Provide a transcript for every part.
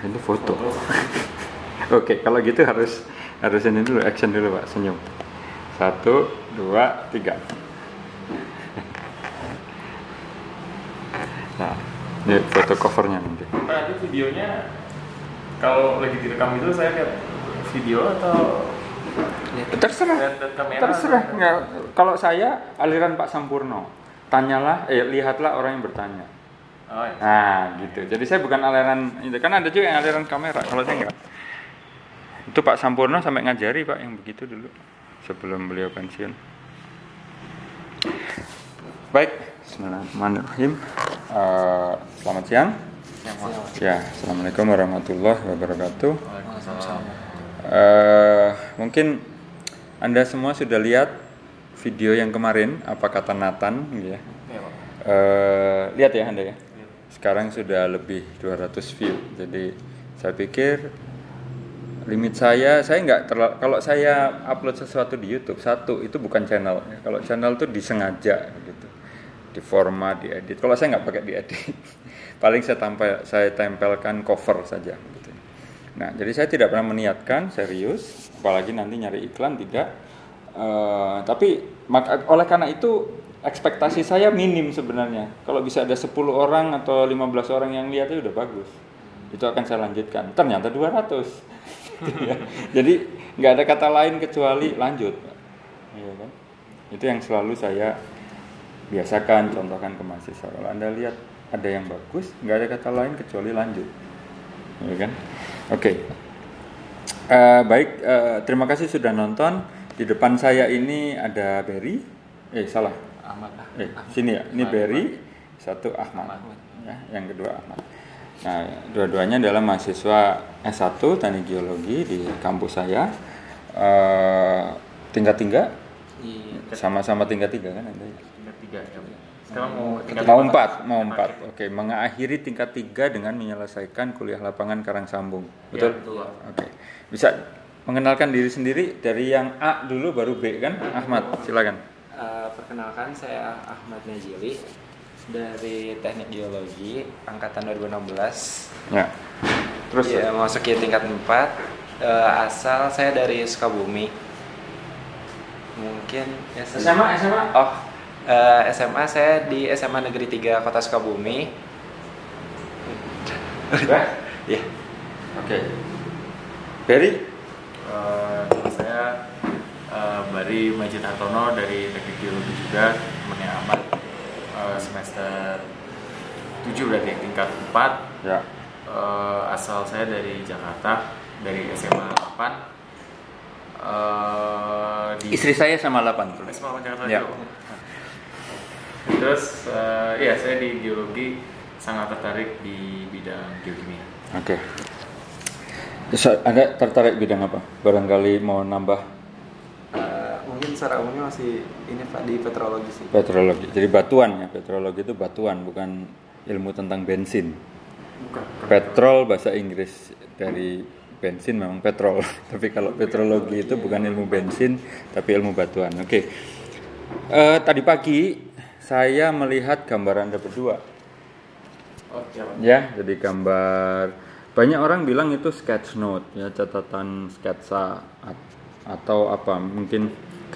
Ini foto. Oke, kalau gitu harus ini dulu, action dulu Pak, senyum. 1, 2, 3. Nah, ini foto covernya nanti. Pak, itu videonya kalau lagi direkam itu saya lihat video atau Terserah. Nggak, kalau saya aliran Pak Sampurno, lihatlah orang yang bertanya. Oh, iya. Nah, gitu. Jadi saya bukan aliran itu, kan ada juga yang aliran kamera. Kalau saya enggak. Itu Pak Sampurno sampai ngajari Pak yang begitu dulu sebelum beliau pensiun. Baik, bismillahirrahmanirrahim. Selamat siang. Ya, assalamualaikum warahmatullahi wabarakatuh. Mungkin Anda semua sudah lihat video yang kemarin, apa kata Nathan, ya. Lihat ya Anda ya. Sekarang sudah lebih 200 view. Jadi saya pikir limit saya nggak kalau saya upload sesuatu di YouTube, satu itu bukan channel. Kalau channel itu disengaja gitu, diformat, diedit. Kalau saya nggak pakai diedit, paling saya tempelkan cover saja. Gitu. Nah, jadi saya tidak pernah meniatkan serius, apalagi nanti nyari iklan tidak. Tapi oleh karena itu ekspektasi saya minim sebenarnya. Kalau bisa ada 10 orang atau 15 orang yang lihat itu udah bagus. Itu akan saya lanjutkan. Ternyata 200. Ya. Jadi nggak ada kata lain kecuali lanjut. Ya, kan? Itu yang selalu saya biasakan, contohkan ke mahasiswa. Kalau Anda lihat ada yang bagus, nggak ada kata lain kecuali lanjut. Ya, kan? Oke. Baik, terima kasih sudah nonton. Di depan saya ini ada Berry. Salah. Ahmad. Sini ya. Ini Berry, satu Ahmad. Ya, yang kedua Ahmad. Nah, dua-duanya adalah mahasiswa S1 Teknik Geologi di kampus saya. Tingkat 3. Sama-sama tingkat 3 kan Anda? Tingkat 3 ya. Sekarang mau 4. Oke, mengakhiri tingkat 3 dengan menyelesaikan kuliah lapangan Karangsambung. Betul? Ya, betul. Oke. Bisa mengenalkan diri sendiri dari yang A dulu baru B kan? Ahmad, silakan. Perkenalkan, saya Ahmad Najili dari Teknik Geologi angkatan 2016. Ya. Terus ya, masuki tingkat 4. Asal saya dari Sukabumi. Mungkin SMA? SMA saya di SMA Negeri 3 Kota Sukabumi. Ya. Oke. Berry? Nama saya Bari Majid Hartono dari Teknik Geologi juga, temannya Ahmad. Semester 7 berarti tingkat 4. Ya. Asal saya dari Jakarta, dari SMA 8. Istri saya sama 8. SMA Jakarta Ya. juga. Terus ya saya di geologi sangat tertarik di bidang geokimia. Oke. Anda tertarik bidang apa? Barangkali mau nambah. Mungkin secara umumnya masih ini Pak di petrologi sih. Petrologi. Jadi batuan ya. Petrologi itu batuan, bukan ilmu tentang bensin. Bukan. Petrol bahasa Inggris dari bensin memang petrol. Tapi kalau petrologi itu bukan ilmu bensin, tapi ilmu batuan. Oke. Tadi pagi saya melihat gambar Anda berdua. Oh, Ya, jadi gambar. Banyak orang bilang itu sketch note, ya, catatan sketsa atau apa, mungkin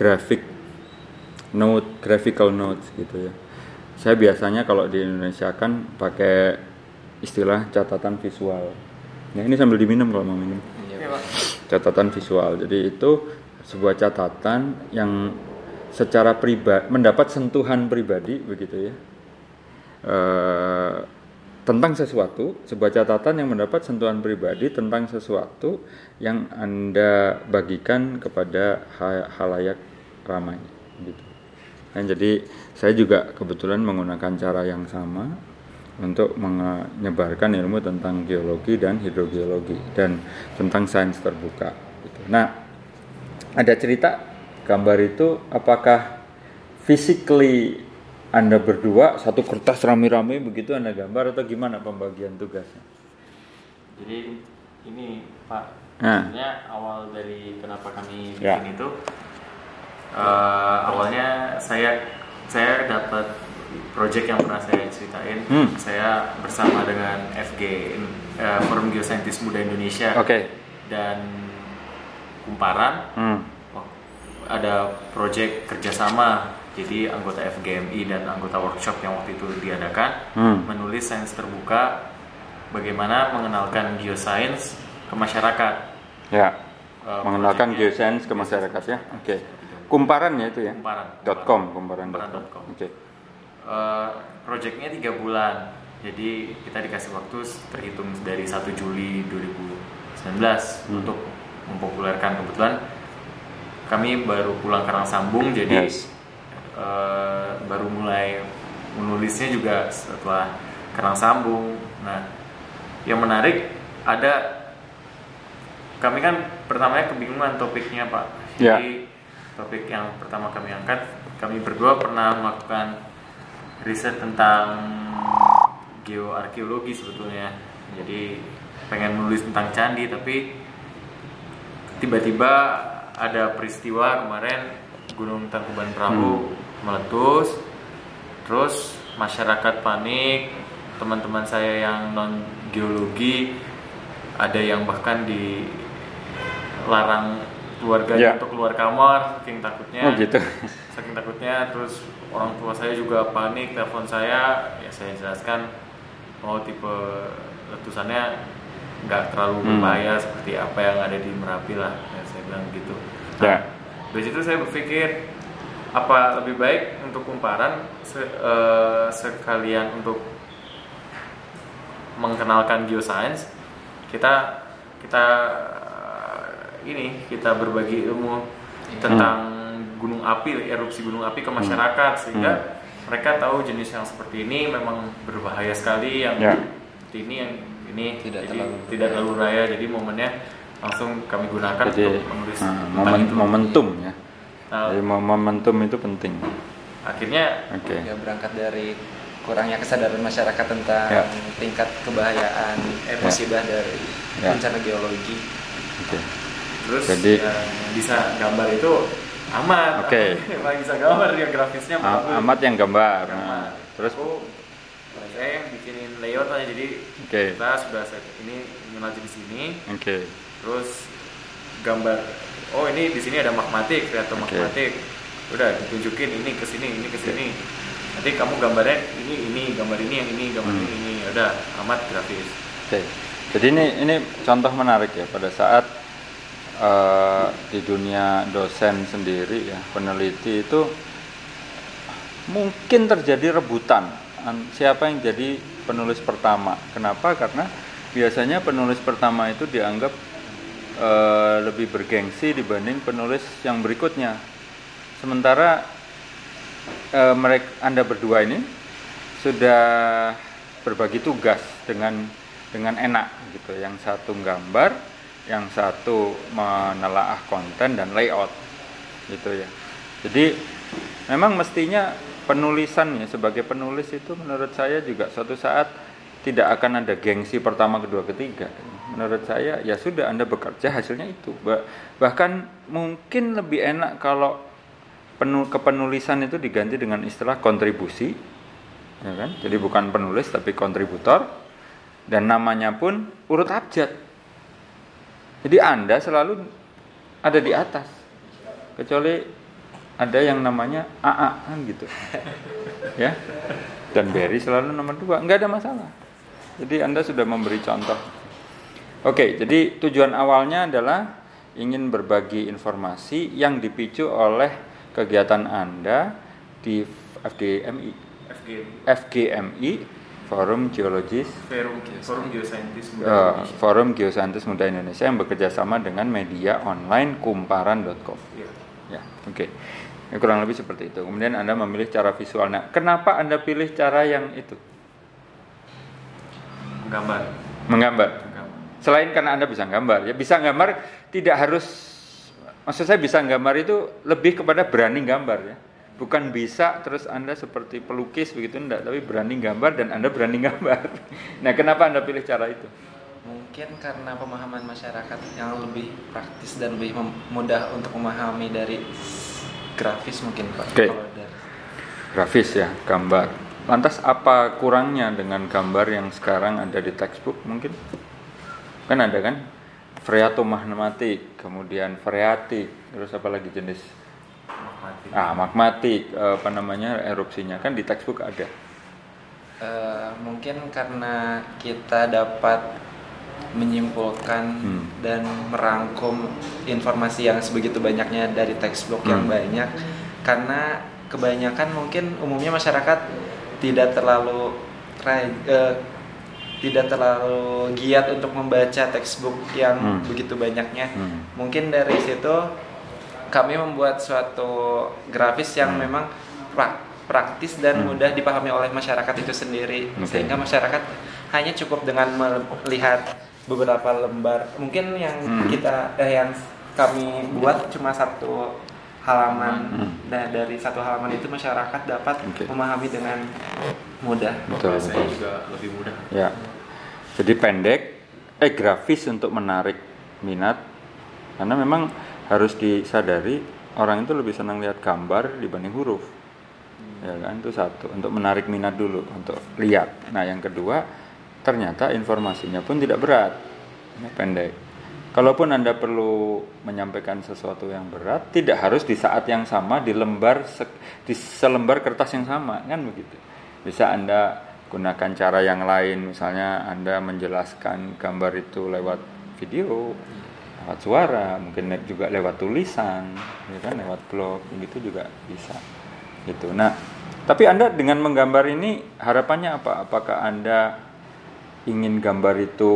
graphical notes gitu ya. Saya biasanya kalau di Indonesia kan pakai istilah catatan visual. Nah, ini sambil diminum kalau mau minum. Catatan visual. Jadi itu sebuah catatan yang secara pribadi mendapat sentuhan pribadi begitu ya. Tentang sesuatu, sebuah catatan yang mendapat sentuhan pribadi tentang sesuatu yang Anda bagikan kepada halayak ramai gitu. Dan jadi saya juga kebetulan menggunakan cara yang sama untuk menyebarkan ilmu tentang geologi dan hidrogeologi dan tentang sains terbuka gitu. Nah, ada cerita gambar itu apakah physically Anda berdua satu kertas rame-rame begitu Anda gambar atau gimana pembagian tugasnya? Jadi ini Pak, sebenarnya awal dari kenapa kami bikin itu awalnya saya dapat project yang pernah saya ceritain. Saya bersama dengan Forum Geosaintis Muda Indonesia dan Kumparan. Ada proyek kerjasama, jadi anggota FGMI dan anggota workshop yang waktu itu diadakan menulis sains terbuka bagaimana mengenalkan geosains ke masyarakat. Mengenalkan geosains ke masyarakat ya. Kumparan ya itu ya. Kumparan.com. Proyeknya 3 bulan. Jadi kita dikasih waktu terhitung dari 1 Juli 2019 untuk mempopulerkan. Kebetulan kami baru pulang Karangsambung, jadi baru mulai menulisnya juga setelah Karangsambung. Nah, yang menarik kami kan pertamanya kebingungan topiknya Pak. Jadi topik yang pertama kami angkat, kami berdua pernah melakukan riset tentang geoarkeologi sebetulnya. Jadi pengen menulis tentang candi, tapi tiba-tiba ada peristiwa kemarin Gunung Tangkuban Perahu meletus, terus masyarakat panik, teman-teman saya yang non geologi ada yang bahkan dilarang keluarganya untuk keluar kamar saking takutnya. Saking takutnya, terus orang tua saya juga panik, telepon saya, ya saya jelaskan tipe letusannya nggak terlalu berbahaya seperti apa yang ada di Merapi lah, ya, saya bilang gitu. Dari situ saya berpikir apa lebih baik untuk Kumparan sekalian untuk mengenalkan geosains, kita berbagi ilmu tentang gunung api, erupsi gunung api ke masyarakat, sehingga mereka tahu jenis yang seperti ini memang berbahaya sekali, yang seperti ini, yang ini tidak terlalu raya. Jadi momennya langsung kami gunakan untuk menulis momentum ya. Jadi momentum itu penting. Akhirnya berangkat dari kurangnya kesadaran masyarakat tentang tingkat kebahayaan musibah dari bencana geologi. Terus yang bisa gambar itu Amat. Yang paling bisa gambar, dia grafisnya bagus. Amat yang gambar. Terus saya yang bikinin layout aja, jadi kita sudah set ini ngelaju di sini. Terus gambar, ini di sini ada magmatik, kreator magmatik. Udah ditunjukin ini ke sini, ini ke sini. Nanti kamu gambarnya ini, gambar ini, yang ini, gambar ini. Udah amat grafis. Jadi ini contoh menarik ya pada saat di dunia dosen sendiri ya, peneliti itu mungkin terjadi rebutan siapa yang jadi penulis pertama. Kenapa? Karena biasanya penulis pertama itu dianggap lebih bergengsi dibanding penulis yang berikutnya. Sementara Anda berdua ini sudah berbagi tugas dengan enak gitu. Yang satu gambar, yang satu menelaah konten dan layout gitu ya. Jadi memang mestinya penulisannya sebagai penulis itu menurut saya juga suatu saat tidak akan ada gengsi pertama, kedua, ketiga. Menurut saya ya sudah, Anda bekerja hasilnya itu. Bahkan mungkin lebih enak kalau kepenulisan itu diganti dengan istilah kontribusi, ya kan? Jadi bukan penulis tapi kontributor, dan namanya pun urut abjad. Jadi Anda selalu ada di atas, kecuali ada yang namanya AA kan gitu, ya. Dan Berry selalu nomor 2, nggak ada masalah. Jadi Anda sudah memberi contoh. Jadi tujuan awalnya adalah ingin berbagi informasi yang dipicu oleh kegiatan Anda di FGMI. Forum Geosaintis Muda Indonesia yang bekerja sama dengan media online kumparan.com. Kurang lebih seperti itu. Kemudian Anda memilih cara visual. Nah, kenapa Anda pilih cara yang itu? Menggambar. Selain karena Anda bisa gambar, ya bisa gambar tidak harus. Maksud saya bisa gambar itu lebih kepada berani gambar ya. Bukan bisa terus Anda seperti pelukis begitu, enggak, tapi berani gambar dan Anda berani gambar. Nah, kenapa Anda pilih cara itu? Mungkin karena pemahaman masyarakat yang lebih praktis dan lebih mudah untuk memahami dari grafis mungkin Pak. Grafis ya, gambar. Lantas apa kurangnya dengan gambar yang sekarang ada di textbook mungkin? Kan ada kan freatomagmatik, kemudian freatik, terus apa lagi jenis magmatik, erupsinya kan di textbook ada. Mungkin karena kita dapat menyimpulkan dan merangkum informasi yang sebegitu banyaknya dari textbook yang banyak, karena kebanyakan mungkin umumnya masyarakat tidak terlalu giat untuk membaca textbook yang begitu banyaknya. Mungkin dari situ kami membuat suatu grafis yang memang praktis dan mudah dipahami oleh masyarakat itu sendiri, sehingga masyarakat hanya cukup dengan melihat beberapa lembar. Mungkin yang yang kami buat cuma satu halaman, dan dari satu halaman itu masyarakat dapat memahami dengan mudah. Betul. Saya juga lebih mudah. Ya. Jadi pendek, grafis untuk menarik minat, karena memang harus disadari orang itu lebih senang lihat gambar dibanding huruf. Ya kan, itu satu, untuk menarik minat dulu, untuk lihat. Nah, yang kedua, ternyata informasinya pun tidak berat, pendek. Kalaupun Anda perlu menyampaikan sesuatu yang berat, tidak harus di saat yang sama di selembar kertas yang sama, kan begitu. Bisa Anda gunakan cara yang lain, misalnya Anda menjelaskan gambar itu lewat video, lewat suara, mungkin juga lewat tulisan, ya kan, lewat blog, begitu juga bisa. Gitu. Nah, tapi Anda dengan menggambar ini harapannya apa? Apakah Anda ingin gambar itu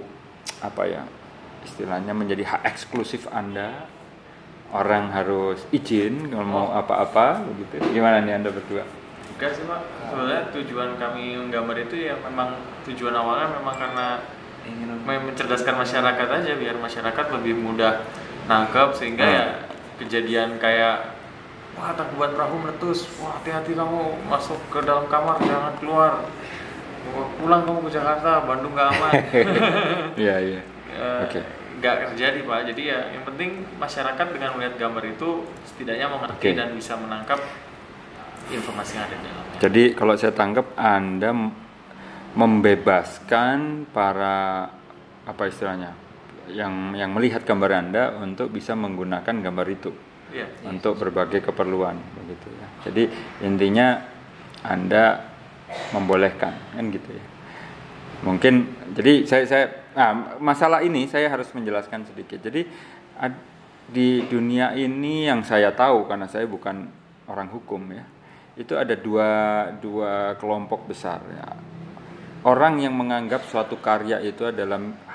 istilahnya menjadi hak eksklusif Anda? Orang harus izin kalau mau apa-apa begitu. Gimana nih Anda berdua? Enggak sih Pak, sebenarnya tujuan kami menggambar itu ya memang tujuan awalnya memang karena ingin mencerdaskan masyarakat aja, biar masyarakat lebih mudah nangkep, sehingga ya kejadian kayak wah tangkuban perahu meletus, wah hati-hati kamu masuk ke dalam kamar, jangan keluar, pulang kamu ke Jakarta, Bandung gak aman. Iya. Gak terjadi Pak, jadi ya yang penting masyarakat dengan melihat gambar itu setidaknya mengerti dan bisa menangkap informasi yang ada di dalamnya. Jadi kalau saya tangkap Anda membebaskan para yang melihat gambar Anda untuk bisa menggunakan gambar itu. Untuk berbagai keperluan begitu ya. Jadi intinya Anda membolehkan, kan gitu ya. Mungkin jadi masalah ini saya harus menjelaskan sedikit. Jadi di dunia ini yang saya tahu, karena saya bukan orang hukum ya, itu ada dua kelompok besar ya. Orang yang menganggap suatu karya itu adalah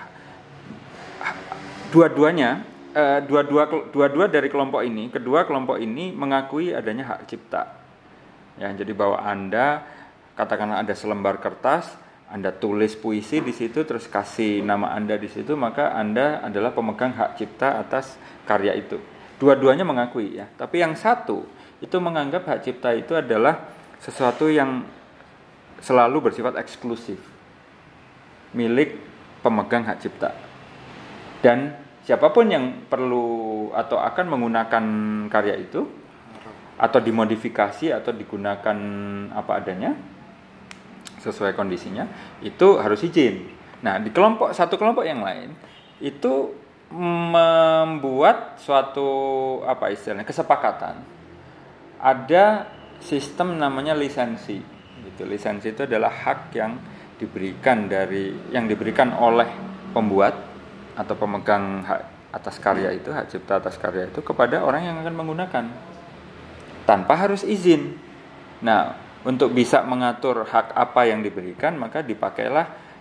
dua dari kelompok ini, kedua kelompok ini mengakui adanya hak cipta. Ya, jadi bahwa Anda katakanlah ada selembar kertas, Anda tulis puisi di situ, terus kasih nama Anda di situ, maka Anda adalah pemegang hak cipta atas karya itu. Dua-duanya mengakui ya. Tapi yang satu itu menganggap hak cipta itu adalah sesuatu yang selalu bersifat eksklusif, milik pemegang hak cipta. Dan siapapun yang perlu atau akan menggunakan karya itu atau dimodifikasi atau digunakan apa adanya sesuai kondisinya, itu harus izin. Nah, di satu kelompok yang lain itu membuat suatu kesepakatan. Ada sistem namanya lisensi. Gitu. Lisensi itu adalah hak yang diberikan oleh pembuat atau pemegang hak atas karya itu, hak cipta atas karya itu kepada orang yang akan menggunakan tanpa harus izin. Nah, untuk bisa mengatur hak apa yang diberikan, maka dipakailah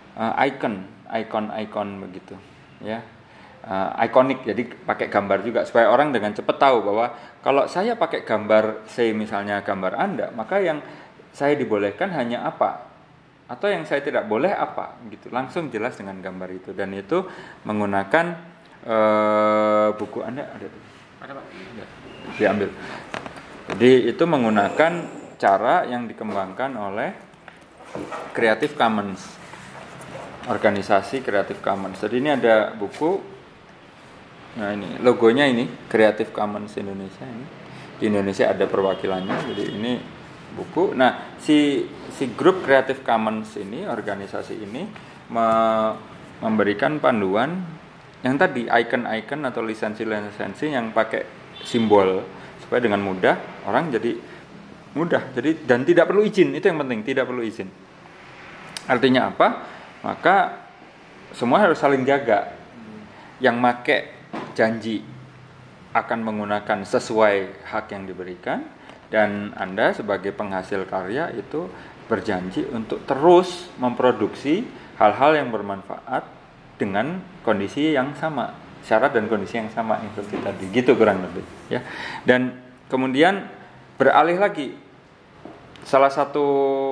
icon begitu, ya, ikonik. Jadi pakai gambar juga supaya orang dengan cepat tahu bahwa kalau saya pakai gambar, misalnya gambar Anda, maka yang saya dibolehkan hanya apa, atau yang saya tidak boleh apa, gitu. Langsung jelas dengan gambar itu, dan itu menggunakan buku Anda ada Pak? Diambil. Jadi itu menggunakan cara yang dikembangkan oleh Creative Commons, organisasi Creative Commons. Jadi ini ada buku, nah ini logonya, ini Creative Commons Indonesia. Ini di Indonesia ada perwakilannya. Jadi ini buku. Nah, si grup Creative Commons ini, organisasi ini memberikan panduan yang tadi icon-icon atau lisensi-lisensi yang pakai simbol supaya dengan mudah orang jadi mudah. Jadi dan tidak perlu izin, itu yang penting, tidak perlu izin. Artinya apa? Maka semua harus saling jaga. Yang make janji akan menggunakan sesuai hak yang diberikan, dan Anda sebagai penghasil karya itu berjanji untuk terus memproduksi hal-hal yang bermanfaat dengan kondisi yang sama, syarat dan kondisi yang sama itu tadi, gitu kurang lebih ya. Dan kemudian beralih lagi, salah satu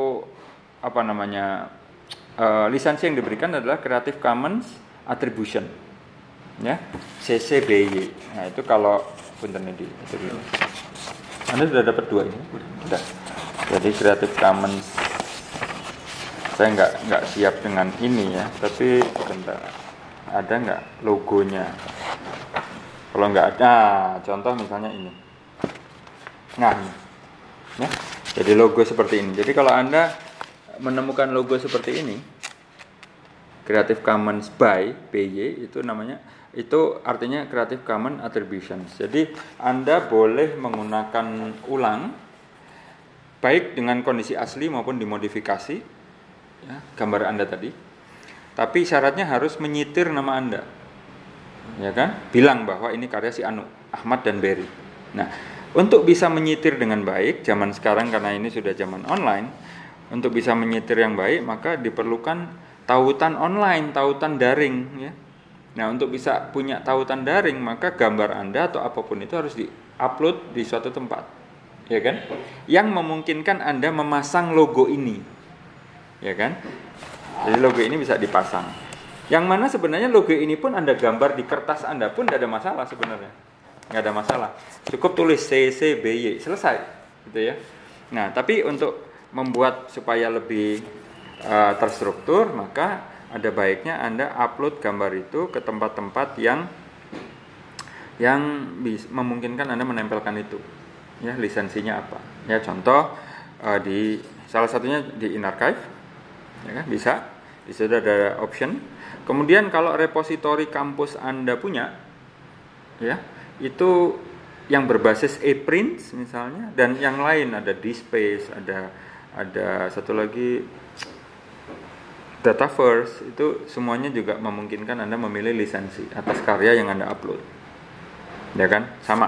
lisensi yang diberikan adalah Creative Commons Attribution ya, CC-BY. Nah itu kalau punten ini itu dulu. Anda sudah dapat 2 ini? Sudah. Jadi Creative Commons, saya nggak siap dengan ini ya, tapi bentar, ada nggak logonya? Kalau nggak ada, contoh misalnya ini. Nah, ya, jadi logo seperti ini. Jadi kalau Anda menemukan logo seperti ini, Creative Commons by BY itu namanya, itu artinya Creative Commons Attributions. Jadi Anda boleh menggunakan ulang baik dengan kondisi asli maupun dimodifikasi ya, gambar Anda tadi. Tapi syaratnya harus menyitir nama Anda. Ya kan? Bilang bahwa ini karya si Anu, Ahmad dan Berry. Nah, untuk bisa menyitir dengan baik zaman sekarang karena ini sudah zaman online, untuk bisa menyitir yang baik maka diperlukan tautan online, tautan daring ya. Nah, untuk bisa punya tautan daring, maka gambar Anda atau apapun itu harus di-upload di suatu tempat. Ya kan? Yang memungkinkan Anda memasang logo ini. Ya kan? Jadi logo ini bisa dipasang. Yang mana sebenarnya logo ini pun Anda gambar di kertas Anda pun tidak ada masalah sebenarnya. Nggak ada masalah. Cukup tulis CC-BY, selesai. Gitu ya. Nah, tapi untuk membuat supaya lebih terstruktur, maka ada baiknya Anda upload gambar itu ke tempat-tempat yang memungkinkan Anda menempelkan itu. Ya, lisensinya apa? Ya, contoh di salah satunya di InArchive. Ya kan? Bisa. Di situ ada option. Kemudian kalau repositori kampus Anda punya ya, itu yang berbasis ePrint misalnya, dan yang lain ada DSpace, ada satu lagi Dataverse, itu semuanya juga memungkinkan Anda memilih lisensi atas karya yang Anda upload. Ya kan? Sama.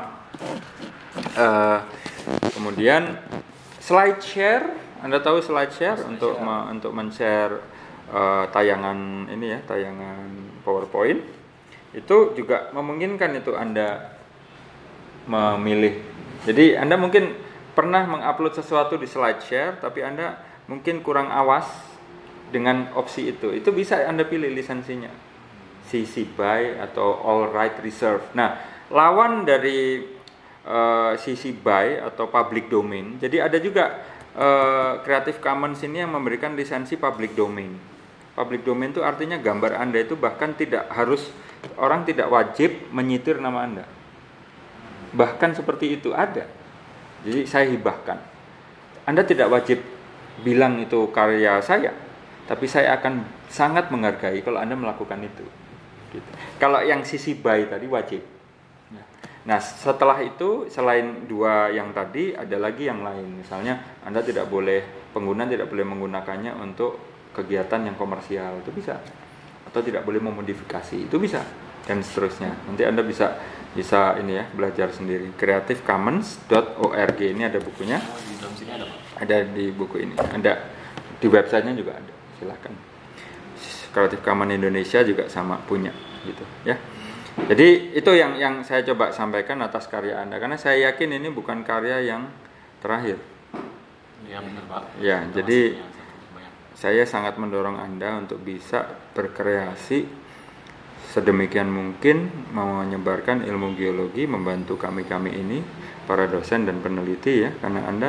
Kemudian SlideShare, Anda tahu SlideShare untuk men-share tayangan ini ya, tayangan PowerPoint. Itu juga memungkinkan itu Anda memilih. Jadi Anda mungkin pernah mengupload sesuatu di SlideShare, tapi Anda mungkin kurang awas dengan opsi itu bisa Anda pilih lisensinya, CC BY atau All Right Reserve. Nah, lawan dari CC BY atau Public Domain. Jadi ada juga Creative Commons ini yang memberikan lisensi Public Domain. Public Domain itu artinya gambar Anda itu bahkan tidak harus, orang tidak wajib menyitir nama Anda. Bahkan seperti itu ada. Jadi saya hibahkan. Anda tidak wajib bilang itu karya saya, tapi saya akan sangat menghargai kalau Anda melakukan itu. Gitu. Kalau yang sisi BY tadi wajib. Nah, setelah itu selain 2 yang tadi ada lagi yang lain. Misalnya Anda tidak boleh, pengguna tidak boleh menggunakannya untuk kegiatan yang komersial, itu bisa. Atau tidak boleh memodifikasi, itu bisa. Dan seterusnya. Nanti Anda bisa ini ya, belajar sendiri. creativecommons.org ini ada bukunya. Ada di buku ini. Ada di websitenya juga ada. Silakan. Creative Commons Indonesia juga sama punya gitu ya. Jadi itu yang saya coba sampaikan atas karya Anda, karena saya yakin ini bukan karya yang terakhir. Ya benar Pak. Ya, jadi saya sangat mendorong Anda untuk bisa berkreasi sedemikian mungkin, menyebarkan ilmu geologi, membantu kami ini, para dosen dan peneliti ya, karena Anda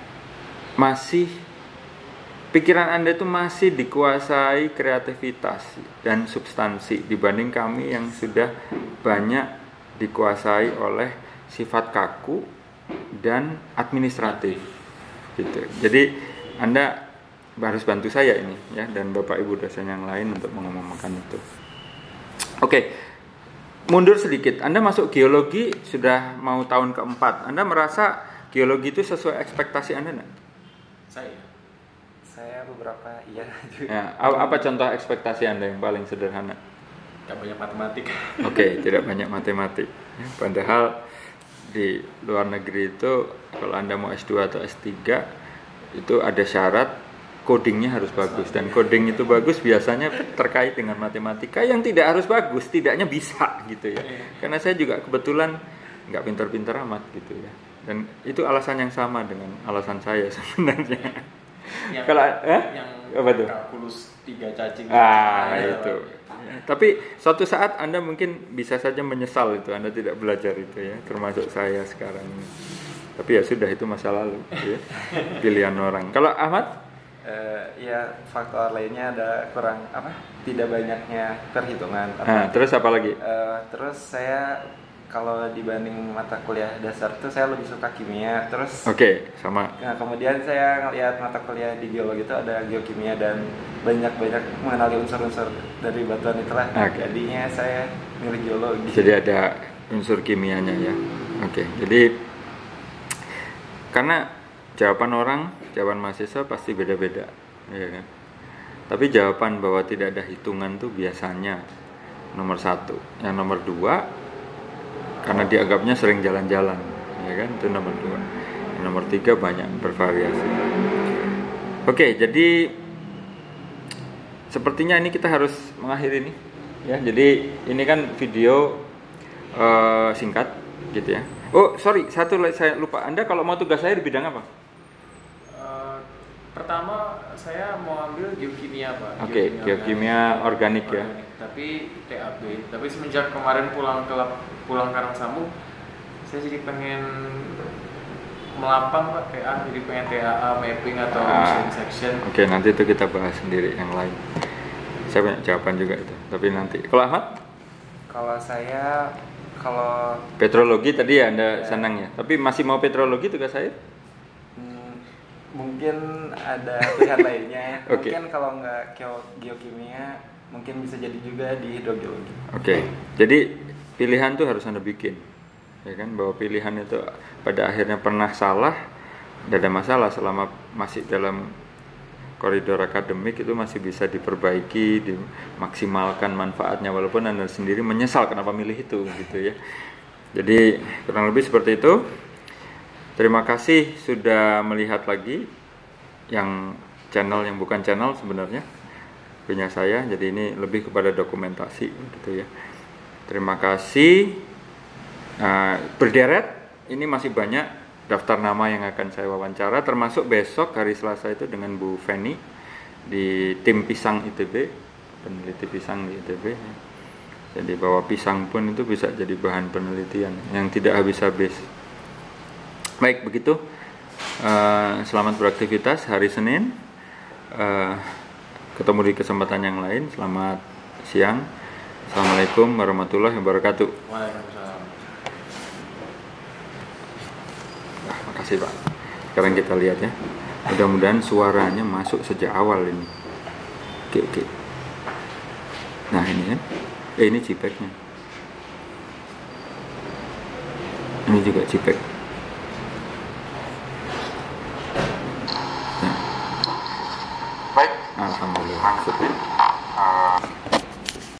pikiran Anda itu masih dikuasai kreativitas dan substansi dibanding kami yang sudah banyak dikuasai oleh sifat kaku dan administratif gitu. Jadi Anda harus bantu saya ini ya, dan Bapak Ibu dosen yang lain untuk mengumumkan itu. Oke. Mundur sedikit. Anda masuk geologi sudah mau tahun keempat. Anda merasa geologi itu sesuai ekspektasi Anda enggak? Saya beberapa iya juga. Ya, apa contoh ekspektasi Anda yang paling sederhana? Tidak banyak matematik. Oke, tidak banyak matematik. Padahal di luar negeri itu kalau Anda mau S2 atau S3 itu ada syarat codingnya harus bagus, dan coding itu bagus biasanya terkait dengan matematika yang tidak harus bagus, tidaknya bisa gitu ya. Karena saya juga kebetulan nggak pintar-pintar amat gitu ya, dan itu alasan yang sama dengan alasan saya sebenarnya. Kalau yang apa tuh? Kalkulus 3 cacing. Itu. Tapi suatu saat Anda mungkin bisa saja menyesal itu Anda tidak belajar itu ya, termasuk saya sekarang ini. Tapi ya sudah, itu masa lalu ya. Pilihan orang. Kalau Ahmad? Ya faktor lainnya ada kurang tidak banyaknya perhitungan. Terus apa lagi? Terus saya kalau dibanding mata kuliah dasar tuh saya lebih suka kimia. Terus sama. Nah, kemudian saya ngelihat mata kuliah di geologi itu ada geokimia dan banyak mengenali unsur-unsur dari batuan itulah. Jadinya saya milih geologi. Jadi ada unsur kimianya ya. Jadi karena jawaban mahasiswa pasti beda-beda, ya kan? Tapi jawaban bahwa tidak ada hitungan tuh biasanya nomor 1. Yang nomor 2 karena dianggapnya sering jalan-jalan, ya kan? Itu nomor 2. Yang nomor 3 banyak bervariasi. Jadi sepertinya ini kita harus mengakhiri ini, ya. Jadi ini kan video singkat, gitu ya. Oh sorry, satu lagi saya lupa. Anda kalau mau tugas saya di bidang apa? Pertama saya mau ambil geokimia Pak. Geokimia organik ya. Tapi TAB. Tapi semenjak kemarin pulang Karangsambung, saya jadi pengen melapang Pak TA. Jadi pengen TAA, mapping atau machine section. Nanti itu kita bahas sendiri yang lain. Saya banyak jawaban juga itu. Tapi nanti. Kalau Ahmad? Kalau saya petrologi tadi ya Anda senang ya. Tapi masih mau petrologi tugas saya? Mungkin ada pilihan lainnya. Mungkin kalau nggak geokimia, mungkin bisa jadi juga di hidrogeologi. Jadi pilihan tuh harus Anda bikin, ya kan? Bahwa pilihan itu pada akhirnya pernah salah, tidak ada masalah selama masih dalam koridor akademik, itu masih bisa diperbaiki, dimaksimalkan manfaatnya, walaupun Anda sendiri menyesal kenapa milih itu, gitu ya. Jadi kurang lebih seperti itu. Terima kasih sudah melihat lagi yang channel yang bukan channel sebenarnya punya saya. Jadi ini lebih kepada dokumentasi gitu ya. Terima kasih. Berderet ini masih banyak daftar nama yang akan saya wawancara, termasuk besok hari Selasa itu dengan Bu Feni di tim pisang ITB, peneliti pisang di ITB. Jadi bahwa pisang pun itu bisa jadi bahan penelitian yang tidak habis-habis. Baik, begitu. Selamat beraktivitas hari Senin. Ketemu di kesempatan yang lain. Selamat siang. Assalamualaikum warahmatullahi wabarakatuh. Waalaikumsalam. Makasih Pak. Sekarang kita lihat ya. Mudah-mudahan suaranya masuk sejak awal ini. Oke. Nah ini kan. Ini JPEG-nya. Ini juga JPEG. Baik, alhamdulillah.